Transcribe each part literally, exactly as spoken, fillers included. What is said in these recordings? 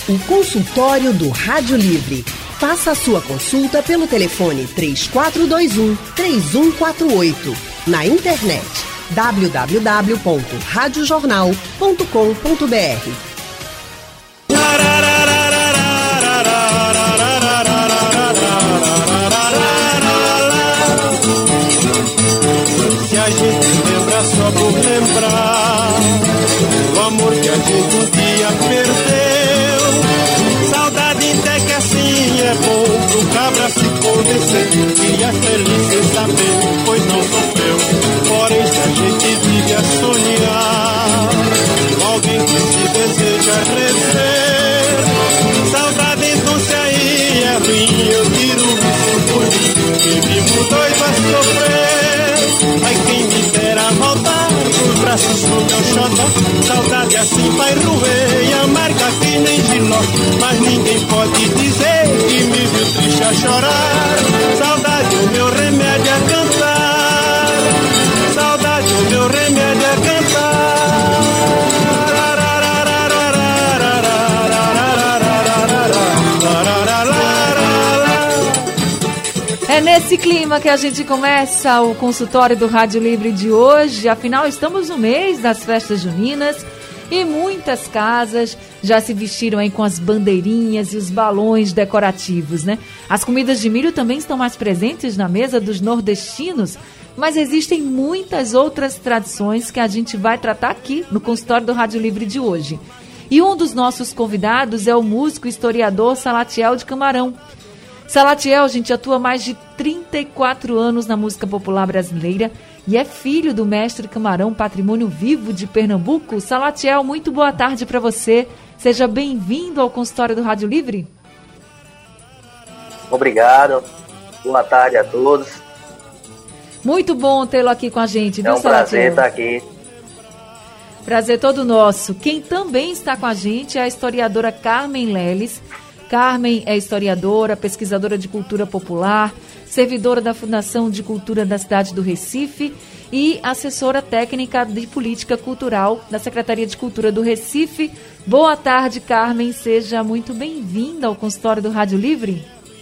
O consultório do Rádio Livre. Faça a sua consulta pelo telefone três quatro dois um, três um quatro oito. Na internet w w w ponto rádio jornal ponto com ponto b r. Se a gente lembra só por lembrar o amor que a gente um dia perdeu, saudade até que assim é bom pro cabra se convencer que é feliz sem saber, pois não sofreu. Porém se a gente vive a sonhar alguém que se deseja rever, saudade então se aí é ruim, eu tiro isso por mim, que vivo doido a sofrer. Ai quem me dera voltar pros braços do meu xodó, saudade assim vai roer e amarga que nem giló, mas ninguém pode dizer que me viu triste a chorar. Saudade o meu remédio é cantar, saudade o meu remédio é cantar. É nesse clima que a gente começa o consultório do Rádio Livre de hoje. Afinal, estamos no mês das festas juninas e muitas casas já se vestiram aí com as bandeirinhas e os balões decorativos, né? As comidas de milho também estão mais presentes na mesa dos nordestinos, mas existem muitas outras tradições que a gente vai tratar aqui no consultório do Rádio Livre de hoje. E um dos nossos convidados é o músico e historiador Salatiel de Camarão. Salatiel, gente, atua há mais de trinta e quatro anos na música popular brasileira e é filho do mestre Camarão, patrimônio vivo de Pernambuco. Salatiel, muito boa tarde para você. Seja bem-vindo ao consultório do Rádio Livre. Obrigado. Boa tarde a todos. Muito bom tê-lo aqui com a gente, viu, É um Salatiel? prazer estar aqui. Prazer todo nosso. Quem também está com a gente é a historiadora Carmen Leles. Carmen é historiadora, pesquisadora de cultura popular, servidora da Fundação de Cultura da cidade do Recife e assessora técnica de política cultural da Secretaria de Cultura do Recife. Boa tarde, Carmen. Seja muito bem-vinda ao consultório do Rádio Livre.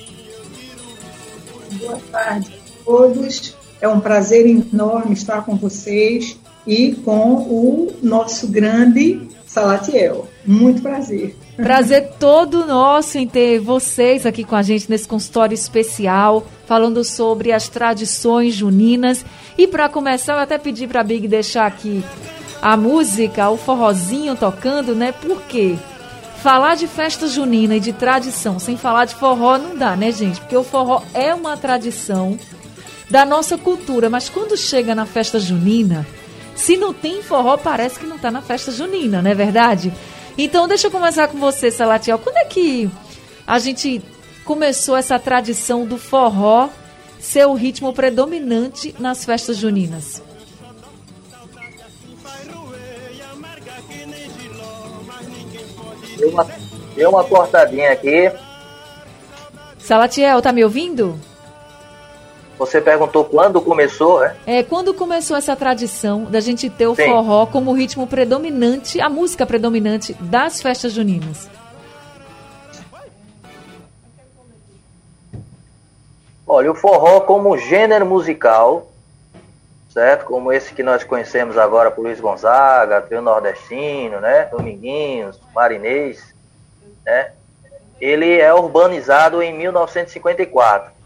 Boa tarde a todos. É um prazer enorme estar com vocês e com o nosso grande Salatiel. Muito prazer. Prazer todo nosso em ter vocês aqui com a gente nesse consultório especial, falando sobre as tradições juninas. E para começar, eu até pedi para a Big deixar aqui a música, o forrozinho tocando, né? Por quê? Falar de festa junina e de tradição sem falar de forró não dá, né, gente? Porque o forró é uma tradição da nossa cultura, mas quando chega na festa junina, se não tem forró, parece que não está na festa junina, não é verdade? Então, deixa eu começar com você, Salatiel. Quando é que a gente começou essa tradição do forró ser o ritmo predominante nas festas juninas? Deu uma, deu uma cortadinha aqui. Salatiel, tá me ouvindo? Você perguntou quando começou, né? É, quando começou essa tradição da gente ter o Sim. forró como ritmo predominante, a música predominante das festas juninas? Olha, o forró como gênero musical, certo? Como esse que nós conhecemos agora por Luiz Gonzaga, Trio Nordestino, né? Dominguinhos, Marinês, né? Ele é urbanizado em mil novecentos e cinquenta e quatro.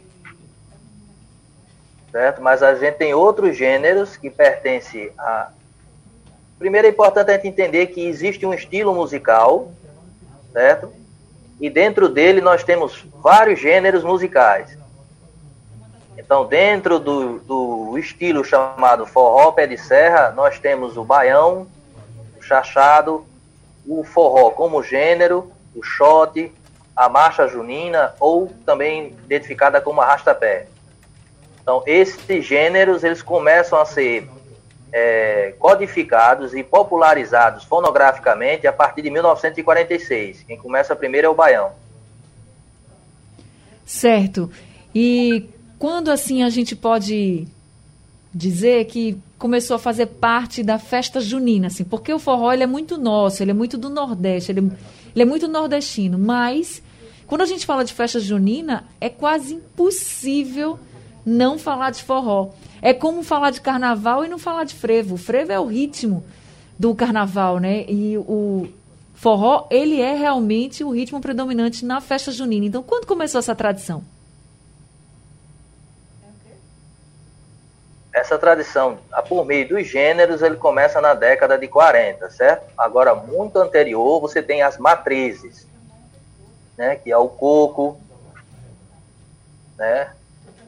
Certo? Mas a gente tem outros gêneros que pertencem a... Primeiro é importante a gente entender que existe um estilo musical, certo? E dentro dele nós temos vários gêneros musicais. Então, dentro do, do estilo chamado forró pé de serra, nós temos o baião, o chachado, o forró como gênero, o xote, a marcha junina, ou também identificada como arrasta-pé. Então, esses gêneros, eles começam a ser é, codificados e popularizados fonograficamente a partir de mil novecentos e quarenta e seis. Quem começa primeiro é o baião. Certo. E quando, assim, a gente pode dizer que começou a fazer parte da festa junina, assim, porque o forró ele é muito nosso, ele é muito do Nordeste, ele, ele é muito nordestino, mas quando a gente fala de festa junina, é quase impossível não falar de forró. É como falar de carnaval e não falar de frevo. O frevo é o ritmo do carnaval, né? E o forró, ele é realmente o ritmo predominante na festa junina. Então, quando começou essa tradição? Essa tradição, por meio dos gêneros, ele começa na década de quarenta, certo? Agora, muito anterior, você tem as matrizes, né? Que é o coco, né?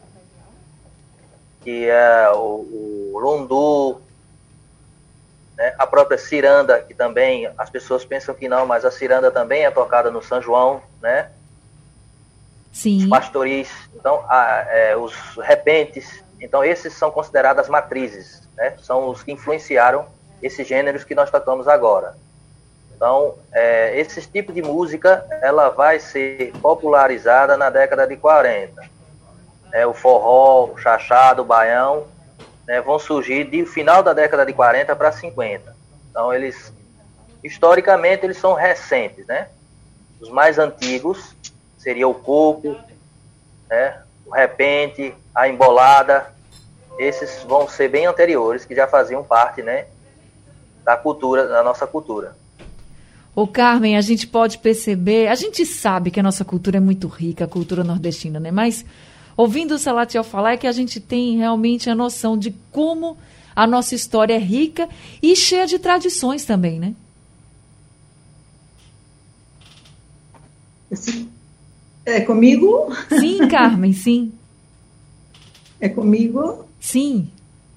Que é o, o lundu, né? A própria ciranda, que também as pessoas pensam que não, mas a ciranda também é tocada no São João, né? Sim. Os pastoris, então, a, é, os repentes. Então, esses são consideradas matrizes, né? São os que influenciaram esses gêneros que nós tocamos agora. Então, é, esse tipo de música, ela vai ser popularizada na década de quarenta. É, o forró, o chachado, o baião, né, vão surgir de final da década de quarenta para cinquenta. Então, eles, historicamente, eles são recentes, né? Os mais antigos seria o coco, né? O repente, a embolada, esses vão ser bem anteriores, que já faziam parte, né, da cultura, da nossa cultura. Ô Carmen, a gente pode perceber, a gente sabe que a nossa cultura é muito rica, a cultura nordestina, né? Mas ouvindo o Salatiel falar é que a gente tem realmente a noção de como a nossa história é rica e cheia de tradições também, né? É comigo? Sim, Carmen, sim. É comigo? Sim.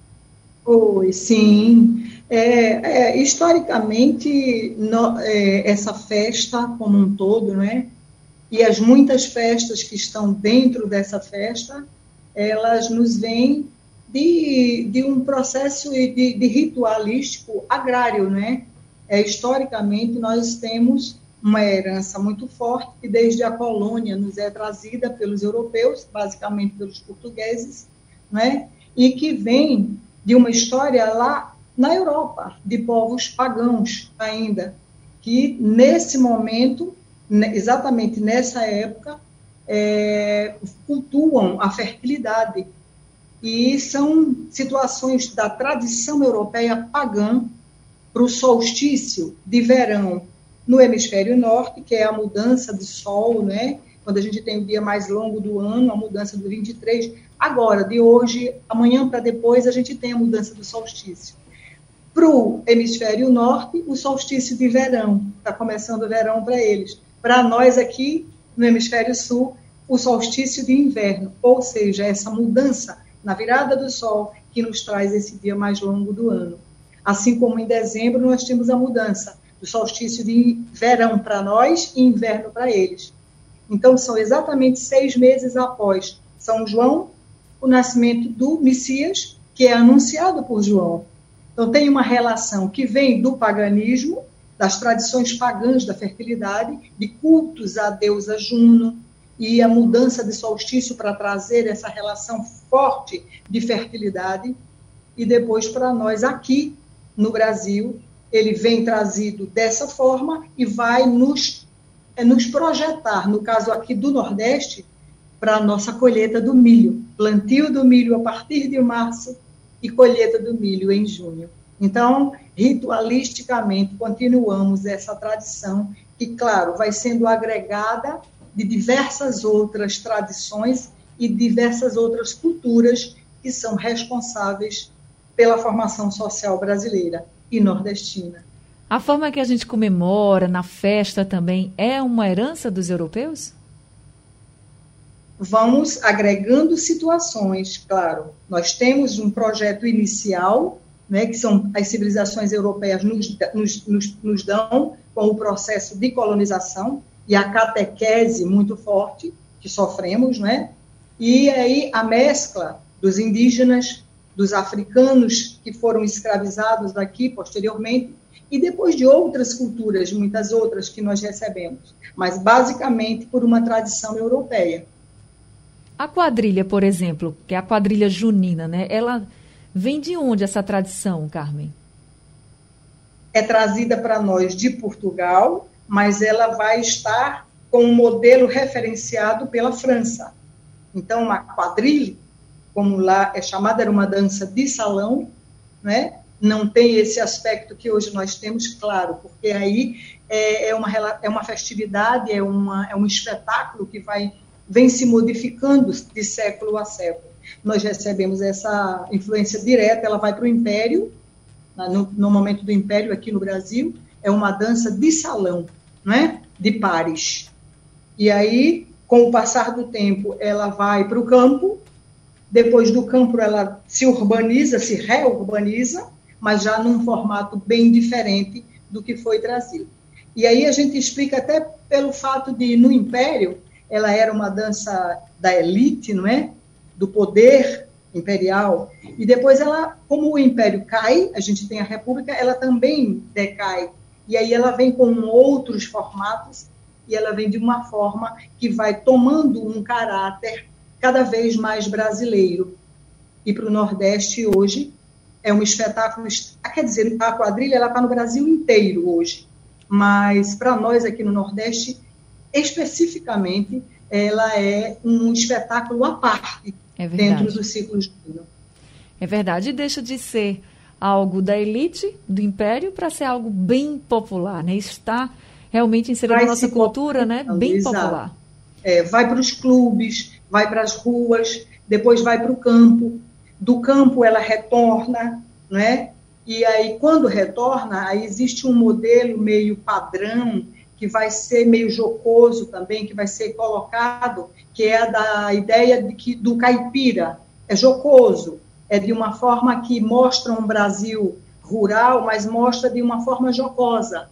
Oi, sim. É, é, historicamente, no, é, essa festa como um todo, né? E as muitas festas que estão dentro dessa festa, elas nos vêm de, de um processo de, de ritualístico agrário, né? É, historicamente, nós temos uma herança muito forte que desde a colônia nos é trazida pelos europeus, basicamente pelos portugueses, né? E que vem de uma história lá na Europa, de povos pagãos ainda, que nesse momento, exatamente nessa época, é, cultuam a fertilidade. E são situações da tradição europeia pagã para o solstício de verão no hemisfério norte, que é a mudança de sol, né? Quando a gente tem o dia mais longo do ano, a mudança do vinte e três. Agora, de hoje, amanhã para depois, a gente tem a mudança do solstício. Para o hemisfério norte, o solstício de verão. Está começando o verão para eles. Para nós aqui, no hemisfério sul, o solstício de inverno. Ou seja, essa mudança na virada do sol que nos traz esse dia mais longo do ano. Assim como em dezembro, nós temos a mudança do solstício de verão para nós e inverno para eles. Então, são exatamente seis meses após São João, o nascimento do Messias, que é anunciado por João. Então, tem uma relação que vem do paganismo, das tradições pagãs da fertilidade, de cultos à deusa Juno, e a mudança de solstício para trazer essa relação forte de fertilidade. E depois, para nós, aqui no Brasil, ele vem trazido dessa forma e vai nos, é, nos projetar, no caso aqui do Nordeste, para a nossa colheita do milho. Plantio do milho a partir de março e colheita do milho em junho. Então, ritualisticamente, continuamos essa tradição que, claro, vai sendo agregada de diversas outras tradições e diversas outras culturas que são responsáveis pela formação social brasileira e nordestina. A forma que a gente comemora na festa também é uma herança dos europeus? Vamos agregando situações, claro. Nós temos um projeto inicial, né, que são as civilizações europeias nos, nos, nos, nos dão com o processo de colonização e a catequese muito forte que sofremos, né? E aí a mescla dos indígenas, dos africanos que foram escravizados daqui posteriormente, e depois de outras culturas, muitas outras que nós recebemos, mas basicamente por uma tradição europeia. A quadrilha, por exemplo, que é a quadrilha junina, né? Ela Vem de onde essa tradição, Carmen? É trazida para nós de Portugal, mas ela vai estar com um modelo referenciado pela França. Então, a quadrille, como lá é chamada, era uma dança de salão, né? Não tem esse aspecto que hoje nós temos, claro, porque aí é, é, uma, é uma festividade, é, uma, é um espetáculo que vai, vem se modificando de século a século. Nós recebemos essa influência direta, ela vai para o Império, no, no momento do Império aqui no Brasil, é uma dança de salão, né? De pares. E aí, com o passar do tempo, ela vai para o campo, depois do campo ela se urbaniza, se reurbaniza, mas já num formato bem diferente do que foi trazido. E aí a gente explica até pelo fato de, no Império, ela era uma dança da elite, não é? Do poder imperial, e depois ela, como o Império cai, a gente tem a República, ela também decai, e aí ela vem com outros formatos, e ela vem de uma forma que vai tomando um caráter cada vez mais brasileiro. E para o Nordeste, hoje, é um espetáculo... Quer dizer, a quadrilha está no Brasil inteiro hoje, mas para nós aqui no Nordeste, especificamente, ela é um espetáculo à parte, é dentro do ciclo junino. É verdade, e deixa de ser algo da elite, do Império, para ser algo bem popular, né? Está realmente inserido na nossa cultura, né? Bem exato. Popular. É, vai para os clubes, vai para as ruas, depois vai para o campo. Do campo ela retorna, né? E aí, quando retorna, aí existe um modelo meio padrão, que vai ser meio jocoso também, que vai ser colocado, que é a da ideia de que, do caipira. É jocoso, é de uma forma que mostra um Brasil rural, mas mostra de uma forma jocosa.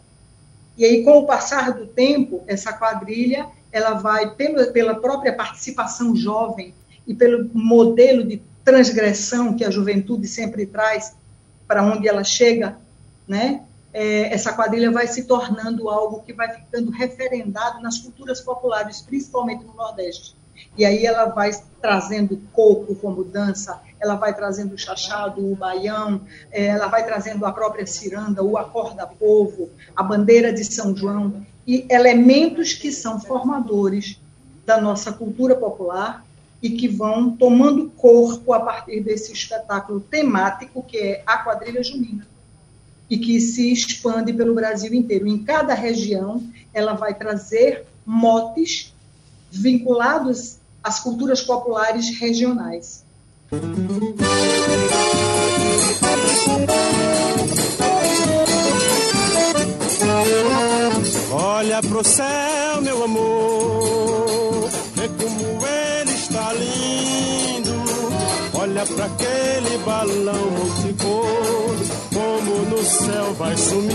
E aí, com o passar do tempo, essa quadrilha, ela vai, pela, pela própria participação jovem e pelo modelo de transgressão que a juventude sempre traz para onde ela chega, né? É, essa quadrilha vai se tornando algo que vai ficando referendado nas culturas populares, principalmente no Nordeste. E aí ela vai trazendo coco como dança, ela vai trazendo o chachado, o baião, é, ela vai trazendo a própria ciranda, o acorda-povo, a bandeira de São João, e elementos que são formadores da nossa cultura popular e que vão tomando corpo a partir desse espetáculo temático que é a quadrilha junina, e que se expande pelo Brasil inteiro. Em cada região, ela vai trazer motes vinculados às culturas populares regionais. Olha pro céu, meu amor, vê como ele está lindo. Olha para aquele balão multicor, como no céu vai sumindo.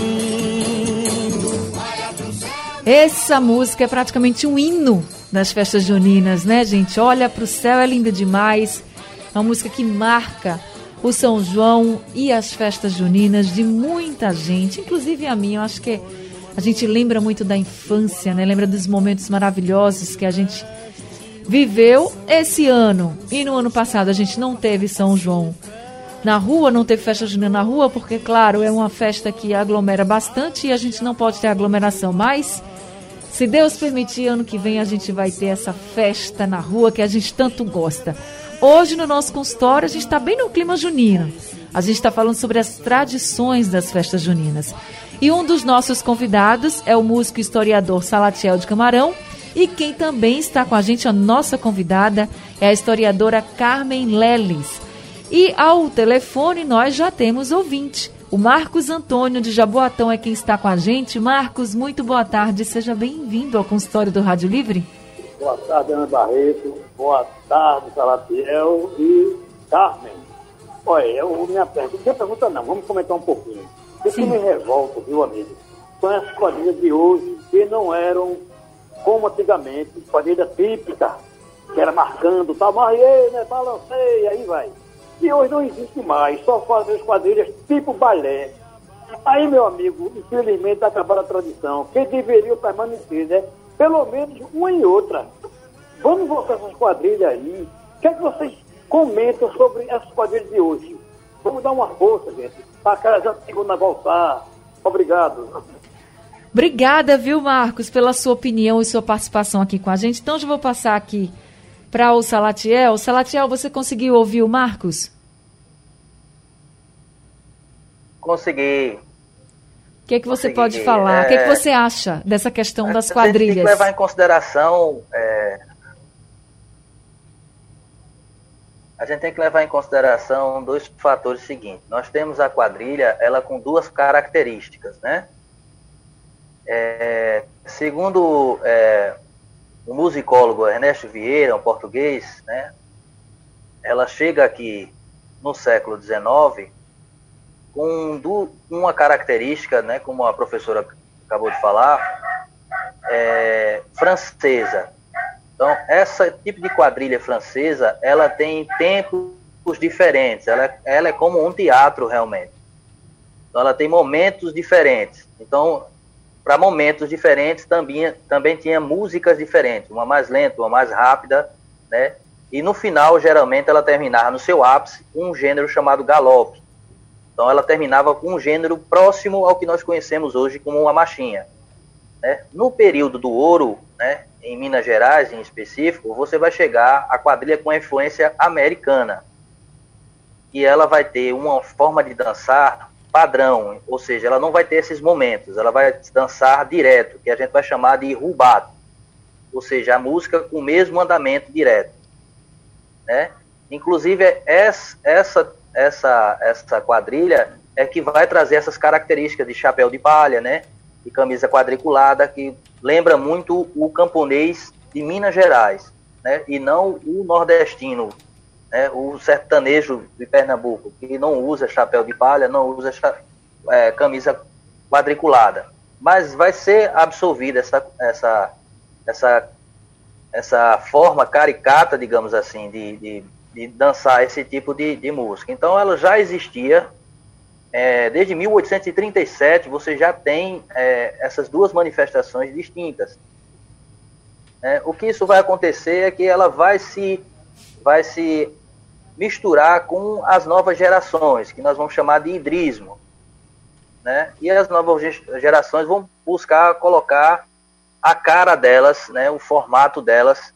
Essa música é praticamente um hino das festas juninas, né, gente? Olha pro céu, é linda demais. É uma música que marca o São João e as festas juninas de muita gente, inclusive a minha. Eu acho que a gente lembra muito da infância, né? Lembra dos momentos maravilhosos que a gente viveu esse ano. E no ano passado a gente não teve São João na rua, não teve festa junina na rua, porque, claro, é uma festa que aglomera bastante e a gente não pode ter aglomeração. Mas, se Deus permitir, ano que vem a gente vai ter essa festa na rua que a gente tanto gosta. Hoje, no nosso consultório, a gente está bem no clima junino. A gente está falando sobre as tradições das festas juninas. E um dos nossos convidados é o músico e historiador Salatiel de Camarão. E quem também está com a gente, a nossa convidada, é a historiadora Carmen Leles. E ao telefone nós já temos ouvinte. O Marcos Antônio de Jaboatão é quem está com a gente. Marcos, muito boa tarde. Seja bem-vindo ao consultório do Rádio Livre. Boa tarde, Ana Barreto. Boa tarde, Salatiel e Carmen. Olha, eu, minha pergunta, minha pergunta não, vamos comentar um pouquinho. O que me revolta, viu, amigo? São as quadrilhas de hoje que não eram como antigamente, quadrilha típica, que era marcando, tal, marriei, né, balancei, aí vai. E hoje não existe mais, só fazem as quadrilhas tipo balé. Aí, meu amigo, infelizmente acabaram a tradição, que deveria permanecer, né? Pelo menos uma e outra. Vamos voltar essas quadrilhas aí. O que é que vocês comentam sobre essas quadrilhas de hoje? Vamos dar uma força, gente, para aquela já segunda voltar. Obrigado. Obrigada, viu, Marcos, pela sua opinião e sua participação aqui com a gente. Então, eu vou passar aqui para o Salatiel. Salatiel, você conseguiu ouvir o Marcos? Consegui. O que é que você Consegui. pode falar? É... O que é que você acha dessa questão das a quadrilhas? Tem que levar em consideração... É... A gente tem que levar em consideração dois fatores seguintes. Nós temos a quadrilha, ela com duas características, né? É, segundo é, o musicólogo Ernesto Vieira, um português, né? Ela chega aqui no século dezenove com du, uma característica, né? Como a professora acabou de falar, é, francesa. Então, esse tipo de quadrilha francesa, ela tem tempos diferentes, ela, ela é como um teatro realmente. Então, ela tem momentos diferentes. Então, para momentos diferentes, também, também tinha músicas diferentes, uma mais lenta, uma mais rápida, né? E no final, geralmente, ela terminava no seu ápice com um gênero chamado galope. Então, ela terminava com um gênero próximo ao que nós conhecemos hoje como uma marchinha. Né? No período do ouro, né, em Minas Gerais em específico, você vai chegar a quadrilha com influência americana. E ela vai ter uma forma de dançar padrão, ou seja, ela não vai ter esses momentos, ela vai dançar direto, que a gente vai chamar de rubato, ou seja, a música com o mesmo andamento direto. Né? Inclusive, essa, essa, essa, essa quadrilha é que vai trazer essas características de chapéu de palha, né? E camisa quadriculada, que lembra muito o camponês de Minas Gerais, né? E não o nordestino, né? O sertanejo de Pernambuco, que não usa chapéu de palha, não usa é, camisa quadriculada. Mas vai ser absorvida essa, essa, essa, essa forma caricata, digamos assim, de, de, de dançar esse tipo de, de música. Então, ela já existia. É, desde mil oitocentos e trinta e sete, você já tem é, essas duas manifestações distintas. É, o que isso vai acontecer é que ela vai se, vai se misturar com as novas gerações, que nós vamos chamar de hidrismo. Né? E as novas gerações vão buscar colocar a cara delas, né, o formato delas,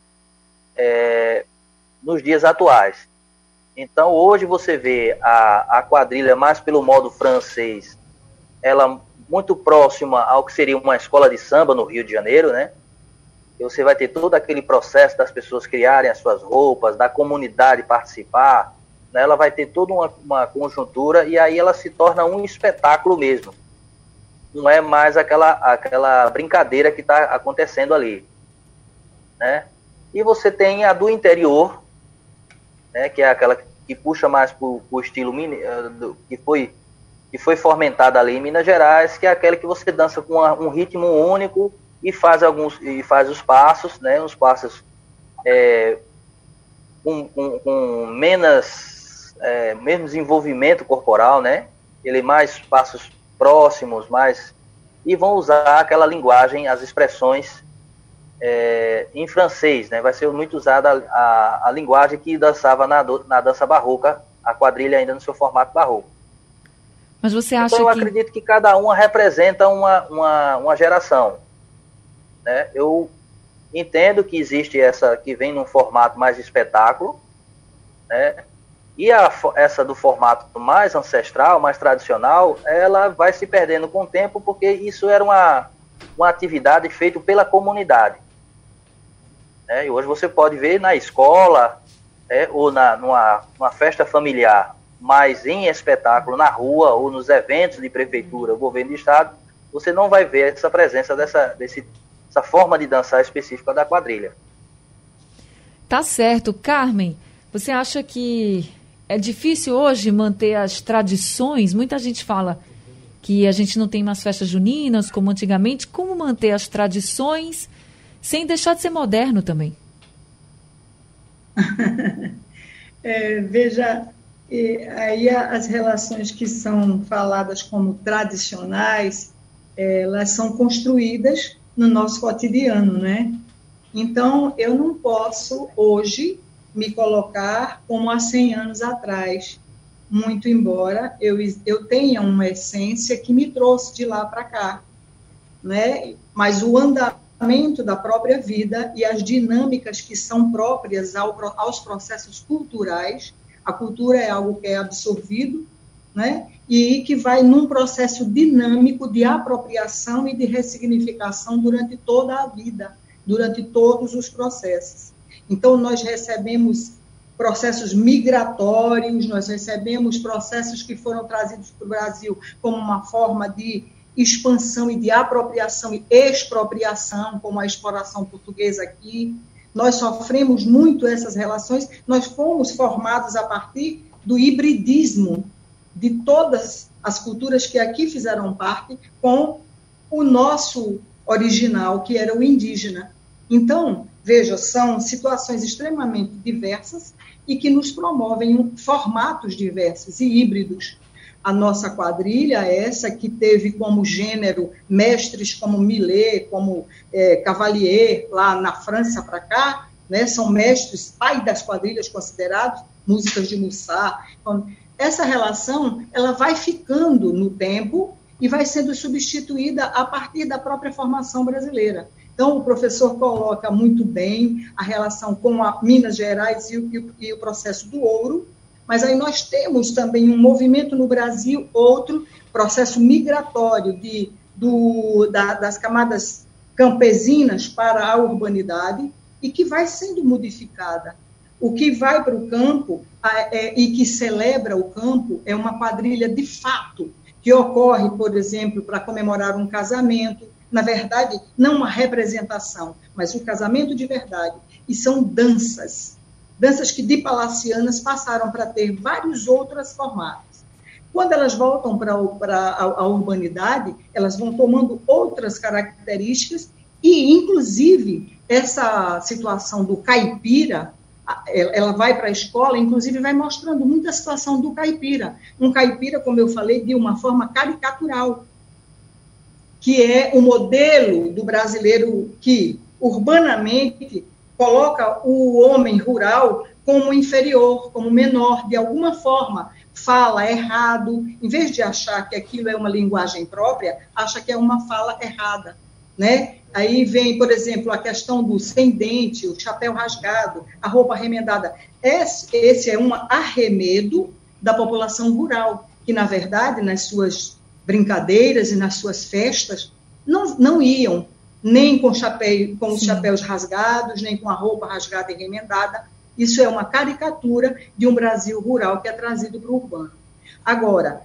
é, nos dias atuais. Então, hoje você vê a, a quadrilha mais pelo modo francês, ela muito próxima ao que seria uma escola de samba no Rio de Janeiro, né? E você vai ter todo aquele processo das pessoas criarem as suas roupas, da comunidade participar, né? Ela vai ter toda uma, uma conjuntura e aí ela se torna um espetáculo mesmo. Não é mais aquela, aquela brincadeira que está acontecendo ali, né? E você tem a do interior, né, que é aquela que puxa mais para o estilo uh, que, foi, que foi fomentada ali em Minas Gerais, que é aquela que você dança com uma, um ritmo único e faz, alguns, e faz os passos, né, uns passos é, com, com, com menos, é, menos envolvimento corporal, né, ele mais passos próximos, mais, e vão usar aquela linguagem, as expressões É, em francês, né? Vai ser muito usada a, a, a linguagem que dançava na, do, na dança barroca, a quadrilha ainda no seu formato barroco. Mas você acha então, eu que... acredito que cada uma representa uma, uma, uma geração. Né? Eu entendo que existe essa que vem num formato mais espetáculo, né? E a, essa do formato mais ancestral, mais tradicional, ela vai se perdendo com o tempo, porque isso era uma, uma atividade feita pela comunidade. É, e hoje você pode ver na escola, é, ou na, numa, numa festa familiar, mas em espetáculo, na rua, ou nos eventos de prefeitura, governo de estado, você não vai ver essa presença dessa, desse, essa forma de dançar específica da quadrilha. Tá certo. Carmen, você acha que é difícil hoje manter as tradições? Muita gente fala que a gente não tem mais festas juninas como antigamente. Como manter as tradições sem deixar de ser moderno também? é, veja, aí as relações que são faladas como tradicionais, elas são construídas no nosso cotidiano, né? Então, eu não posso, hoje, me colocar como há cem anos atrás. muito embora eu, eu tenha uma essência que me trouxe de lá para cá, né? Mas o andamento da própria vida e as dinâmicas que são próprias ao, aos processos culturais, a cultura é algo que é absorvido, né? E que vai num processo dinâmico de apropriação e de ressignificação durante toda a vida, durante todos os processos. Então, nós recebemos processos migratórios, nós recebemos processos que foram trazidos para o Brasil como uma forma de expansão e de apropriação e expropriação, como a exploração portuguesa aqui. Nós sofremos muito essas relações, nós fomos formados a partir do hibridismo de todas as culturas que aqui fizeram parte com o nosso original, que era o indígena. Então, veja, são situações extremamente diversas e que nos promovem formatos diversos e híbridos. A nossa quadrilha, essa que teve como gênero mestres como Millet, como é, Cavalier, lá na França para cá, né, são mestres, pai das quadrilhas considerados, músicas de Moussart. Então, essa relação ela vai ficando no tempo e vai sendo substituída a partir da própria formação brasileira. Então, o professor coloca muito bem a relação com a Minas Gerais e o, e o processo do ouro, mas aí nós temos também um movimento no Brasil, outro processo migratório de, do, da, das camadas campesinas para a urbanidade e que vai sendo modificada. O que vai para o campo é, e que celebra o campo é uma quadrilha de fato, que ocorre, por exemplo, para comemorar um casamento, na verdade, não uma representação, mas um casamento de verdade, e são danças, danças que de palacianas passaram para ter vários outros formatos. Quando elas voltam para a, a urbanidade, elas vão tomando outras características e, inclusive, essa situação do caipira, ela vai para a escola, inclusive vai mostrando muita situação do caipira. Um caipira, como eu falei, de uma forma caricatural, que é o modelo do brasileiro que, urbanamente, coloca o homem rural como inferior, como menor, de alguma forma, fala errado, em vez de achar que aquilo é uma linguagem própria, acha que é uma fala errada, né? Aí vem, por exemplo, a questão do sem dente, o chapéu rasgado, a roupa remendada. Esse, esse é um arremedo da população rural, que, na verdade, nas suas brincadeiras e nas suas festas, não, não iam nem com, chapéu, com os chapéus rasgados, nem com a roupa rasgada e remendada. Isso é uma caricatura de um Brasil rural que é trazido para o urbano. Agora,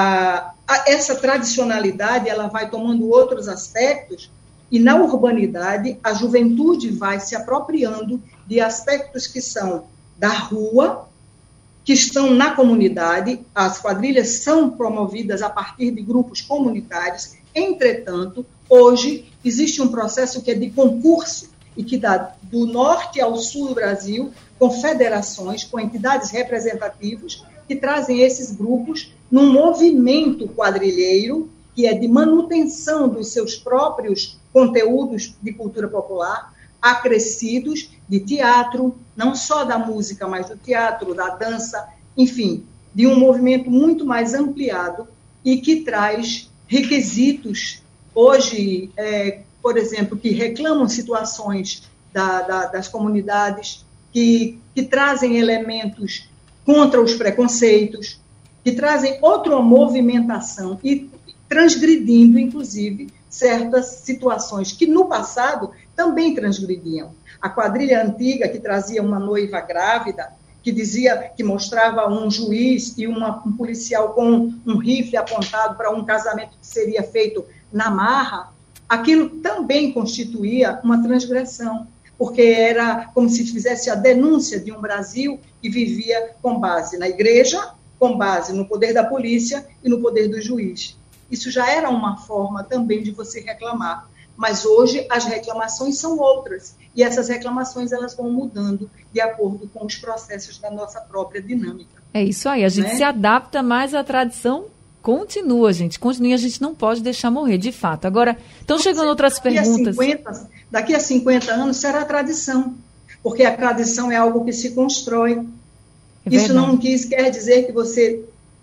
a, a, essa tradicionalidade ela vai tomando outros aspectos e, na urbanidade, a juventude vai se apropriando de aspectos que são da rua, que estão na comunidade. As quadrilhas são promovidas a partir de grupos comunitários. Entretanto, hoje existe um processo que é de concurso e que dá do norte ao sul do Brasil, com federações, com entidades representativas, que trazem esses grupos num movimento quadrilheiro, que é de manutenção dos seus próprios conteúdos de cultura popular, acrescidos de teatro, não só da música, mas do teatro, da dança, enfim, de um movimento muito mais ampliado e que traz requisitos, hoje, é, por exemplo, que reclamam situações da, da, das comunidades, que, que trazem elementos contra os preconceitos, que trazem outra movimentação e transgredindo, inclusive, certas situações que, no passado, também transgrediam. A quadrilha antiga, que trazia uma noiva grávida, que dizia, que mostrava um juiz e uma, um policial com um rifle apontado para um casamento que seria feito na marra, aquilo também constituía uma transgressão, porque era como se fizesse a denúncia de um Brasil que vivia com base na igreja, com base no poder da polícia e no poder do juiz. Isso já era uma forma também de você reclamar. Mas hoje as reclamações são outras, e essas reclamações elas vão mudando de acordo com os processos da nossa própria dinâmica. É isso aí, a gente né? se adapta, mas a tradição continua, gente, continua, e a gente não pode deixar morrer, de fato. Agora, estão chegando outras daqui perguntas. A cinquenta, daqui a cinquenta anos será tradição, porque a tradição é algo que se constrói. É Isso não quis, quer dizer que você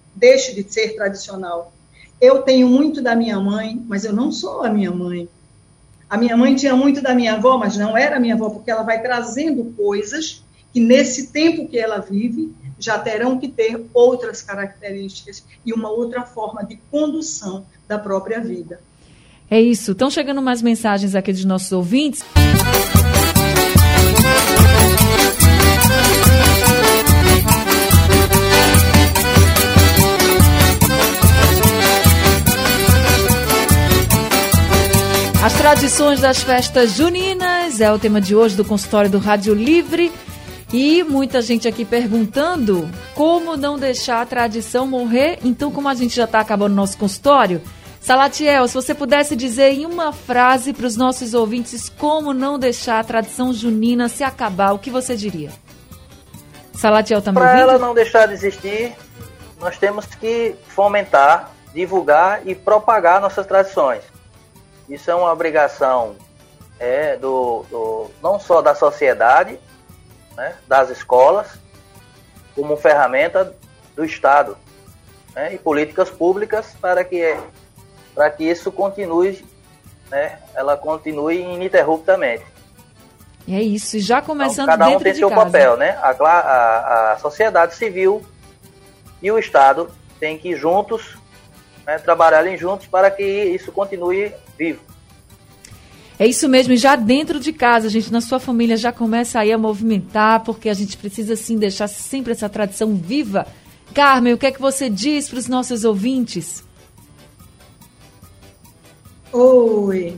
deixe de ser tradicional. Eu tenho muito da minha mãe, mas eu não sou a minha mãe. A minha mãe tinha muito da minha avó, mas não era a minha avó, porque ela vai trazendo coisas que, nesse tempo que ela vive, já terão que ter outras características e uma outra forma de condução da própria vida. É isso. Estão chegando mais mensagens aqui dos nossos ouvintes. As tradições das festas juninas é o tema de hoje do consultório do Rádio Livre. E muita gente aqui perguntando como não deixar a tradição morrer. Então, como a gente já está acabando o nosso consultório, Salatiel, se você pudesse dizer em uma frase para os nossos ouvintes como não deixar a tradição junina se acabar, o que você diria? Salatiel, tá me ouvindo? Para ela não deixar de existir, nós temos que fomentar, divulgar e propagar nossas tradições. Isso é uma obrigação é, do, do, não só da sociedade, né, das escolas, como ferramenta do Estado, né, e políticas públicas para que, para que isso continue, né, ela continue ininterruptamente. É isso, e já começando então, cada um dentro tem de seu casa. papel, né? A, a, a sociedade civil e o Estado têm que juntos, né, trabalharem juntos para que isso continue vivo. É isso mesmo, e já dentro de casa, a gente, na sua família, já começa aí a movimentar, porque a gente precisa, sim, deixar sempre essa tradição viva. Carmen, o que é que você diz para os nossos ouvintes? Oi,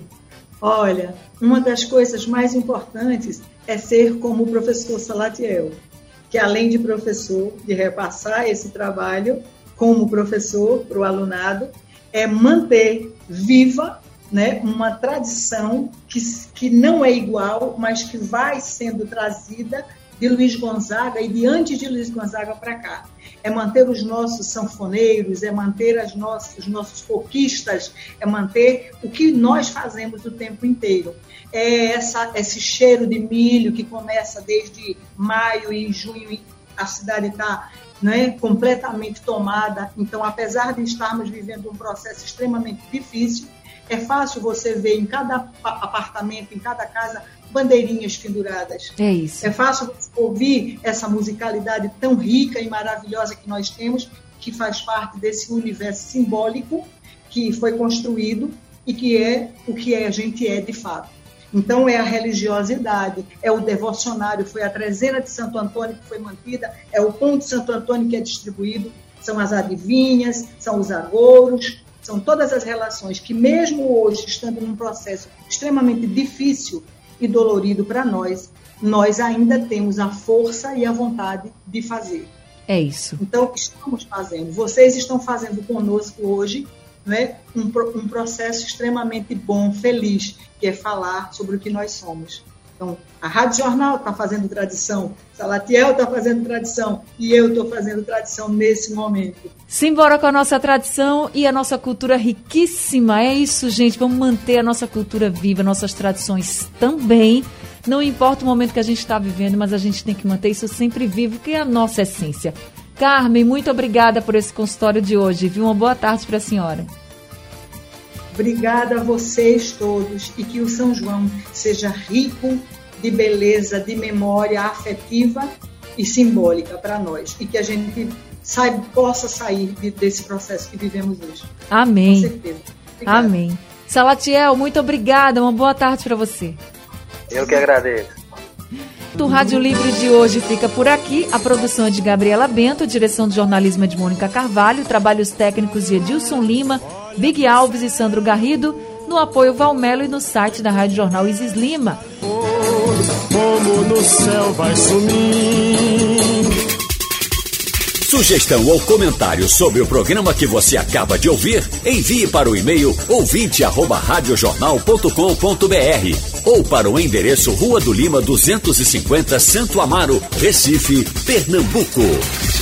olha, uma das coisas mais importantes é ser como o professor Salatiel, que além de professor, de repassar esse trabalho como professor para o alunado, é manter viva, né, uma tradição que, que não é igual, mas que vai sendo trazida de Luiz Gonzaga e de antes de Luiz Gonzaga para cá. É manter os nossos sanfoneiros, é manter as nossas, os nossos coquistas, é manter o que nós fazemos o tempo inteiro. É essa, esse cheiro de milho que começa desde maio e em junho a cidade está, né, completamente tomada. Então, apesar de estarmos vivendo um processo extremamente difícil, é fácil você ver em cada apartamento, em cada casa, bandeirinhas penduradas. É isso. É fácil você ouvir essa musicalidade tão rica e maravilhosa que nós temos, que faz parte desse universo simbólico que foi construído e que é o que a gente é de fato. Então, é a religiosidade, é o devocionário, foi a trezena de Santo Antônio que foi mantida, é o pão de Santo Antônio que é distribuído, são as adivinhas, são os agouros, são todas as relações que, mesmo hoje, estando num processo extremamente difícil e dolorido para nós, nós ainda temos a força e a vontade de fazer. É isso. Então, estamos fazendo. Vocês estão fazendo conosco hoje, né, um, um processo extremamente bom, feliz, que é falar sobre o que nós somos. Então, a Rádio Jornal está fazendo tradição, Salatiel está fazendo tradição e eu estou fazendo tradição nesse momento. Simbora com a nossa tradição e a nossa cultura riquíssima. É isso, gente. Vamos manter a nossa cultura viva, nossas tradições também. Não importa o momento que a gente está vivendo, mas a gente tem que manter isso sempre vivo, que é a nossa essência. Carmen, muito obrigada por esse consultório de hoje. Viu? Uma boa tarde para a senhora. Obrigada a vocês todos e que o São João seja rico de beleza, de memória afetiva e simbólica para nós e que a gente saiba, possa sair de, desse processo que vivemos hoje. Amém. Com certeza. Obrigada. Amém. Salatiel, muito obrigada. Uma boa tarde para você. Eu que agradeço. O Rádio Livre de hoje fica por aqui. A produção é de Gabriela Bento, direção de jornalismo é de Mônica Carvalho, trabalhos técnicos de Edilson Lima, Big Alves e Sandro Garrido, no apoio Valmelo e no site da Rádio Jornal Isis Lima. Como no céu vai sumir. Sugestão ou comentário sobre o programa que você acaba de ouvir, envie para o e-mail ouvinte arroba radiojornal ponto com ponto br ou para o endereço Rua do Lima duzentos e cinquenta, Santo Amaro, Recife, Pernambuco.